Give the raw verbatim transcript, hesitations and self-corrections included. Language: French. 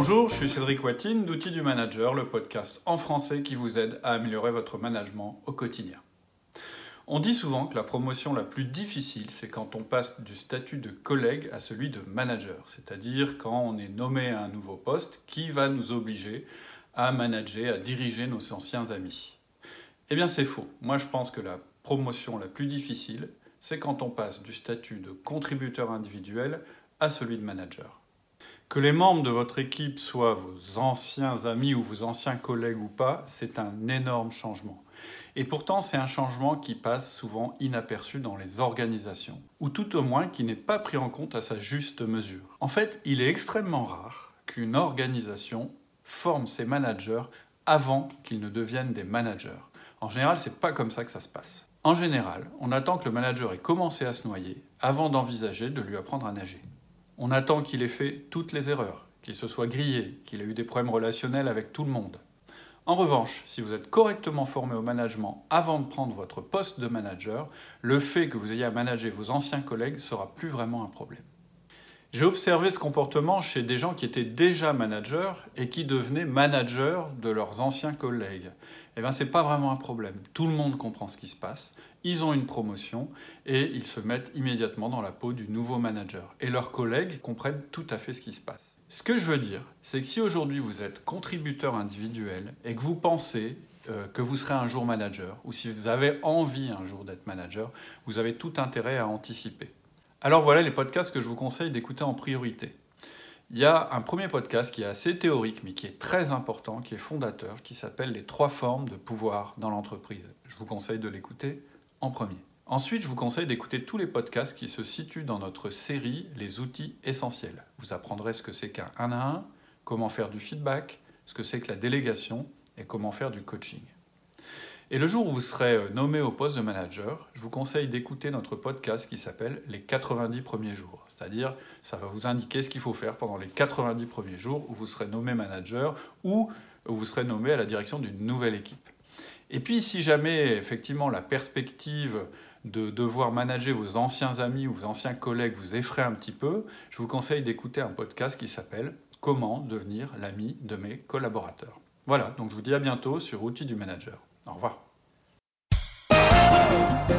Bonjour, je suis Cédric Watine d'Outils du Manager, le podcast en français qui vous aide à améliorer votre management au quotidien. On dit souvent que la promotion la plus difficile, c'est quand on passe du statut de collègue à celui de manager, c'est-à-dire quand on est nommé à un nouveau poste qui va nous obliger à manager, à diriger nos anciens amis. Eh bien c'est faux. Moi je pense que la promotion la plus difficile, c'est quand on passe du statut de contributeur individuel à celui de manager. Que les membres de votre équipe soient vos anciens amis ou vos anciens collègues ou pas, c'est un énorme changement. Et pourtant, c'est un changement qui passe souvent inaperçu dans les organisations, ou tout au moins qui n'est pas pris en compte à sa juste mesure. En fait, il est extrêmement rare qu'une organisation forme ses managers avant qu'ils ne deviennent des managers. En général, c'est pas comme ça que ça se passe. En général, on attend que le manager ait commencé à se noyer avant d'envisager de lui apprendre à nager. On attend qu'il ait fait toutes les erreurs, qu'il se soit grillé, qu'il ait eu des problèmes relationnels avec tout le monde. En revanche, si vous êtes correctement formé au management avant de prendre votre poste de manager, le fait que vous ayez à manager vos anciens collègues sera plus vraiment un problème. J'ai observé ce comportement chez des gens qui étaient déjà managers et qui devenaient managers de leurs anciens collègues. Eh bien, ce n'est pas vraiment un problème. Tout le monde comprend ce qui se passe. Ils ont une promotion et ils se mettent immédiatement dans la peau du nouveau manager. Et leurs collègues comprennent tout à fait ce qui se passe. Ce que je veux dire, c'est que si aujourd'hui vous êtes contributeur individuel et que vous pensez euh, que vous serez un jour manager, ou si vous avez envie un jour d'être manager, vous avez tout intérêt à anticiper. Alors voilà les podcasts que je vous conseille d'écouter en priorité. Il y a un premier podcast qui est assez théorique, mais qui est très important, qui est fondateur, qui s'appelle « Les trois formes de pouvoir dans l'entreprise ». Je vous conseille de l'écouter en premier. Ensuite, je vous conseille d'écouter tous les podcasts qui se situent dans notre série « Les outils essentiels ». Vous apprendrez ce que c'est qu'un un à un, comment faire du feedback, ce que c'est que la délégation et comment faire du coaching. Et le jour où vous serez nommé au poste de manager, je vous conseille d'écouter notre podcast qui s'appelle « Les quatre-vingt-dix premiers jours ». C'est-à-dire, ça va vous indiquer ce qu'il faut faire pendant les quatre-vingt-dix premiers jours où vous serez nommé manager ou où vous serez nommé à la direction d'une nouvelle équipe. Et puis, si jamais, effectivement, la perspective de devoir manager vos anciens amis ou vos anciens collègues vous effraie un petit peu, je vous conseille d'écouter un podcast qui s'appelle « Comment devenir l'ami de mes collaborateurs ». Voilà, donc je vous dis à bientôt sur Outils du Manager. Au revoir.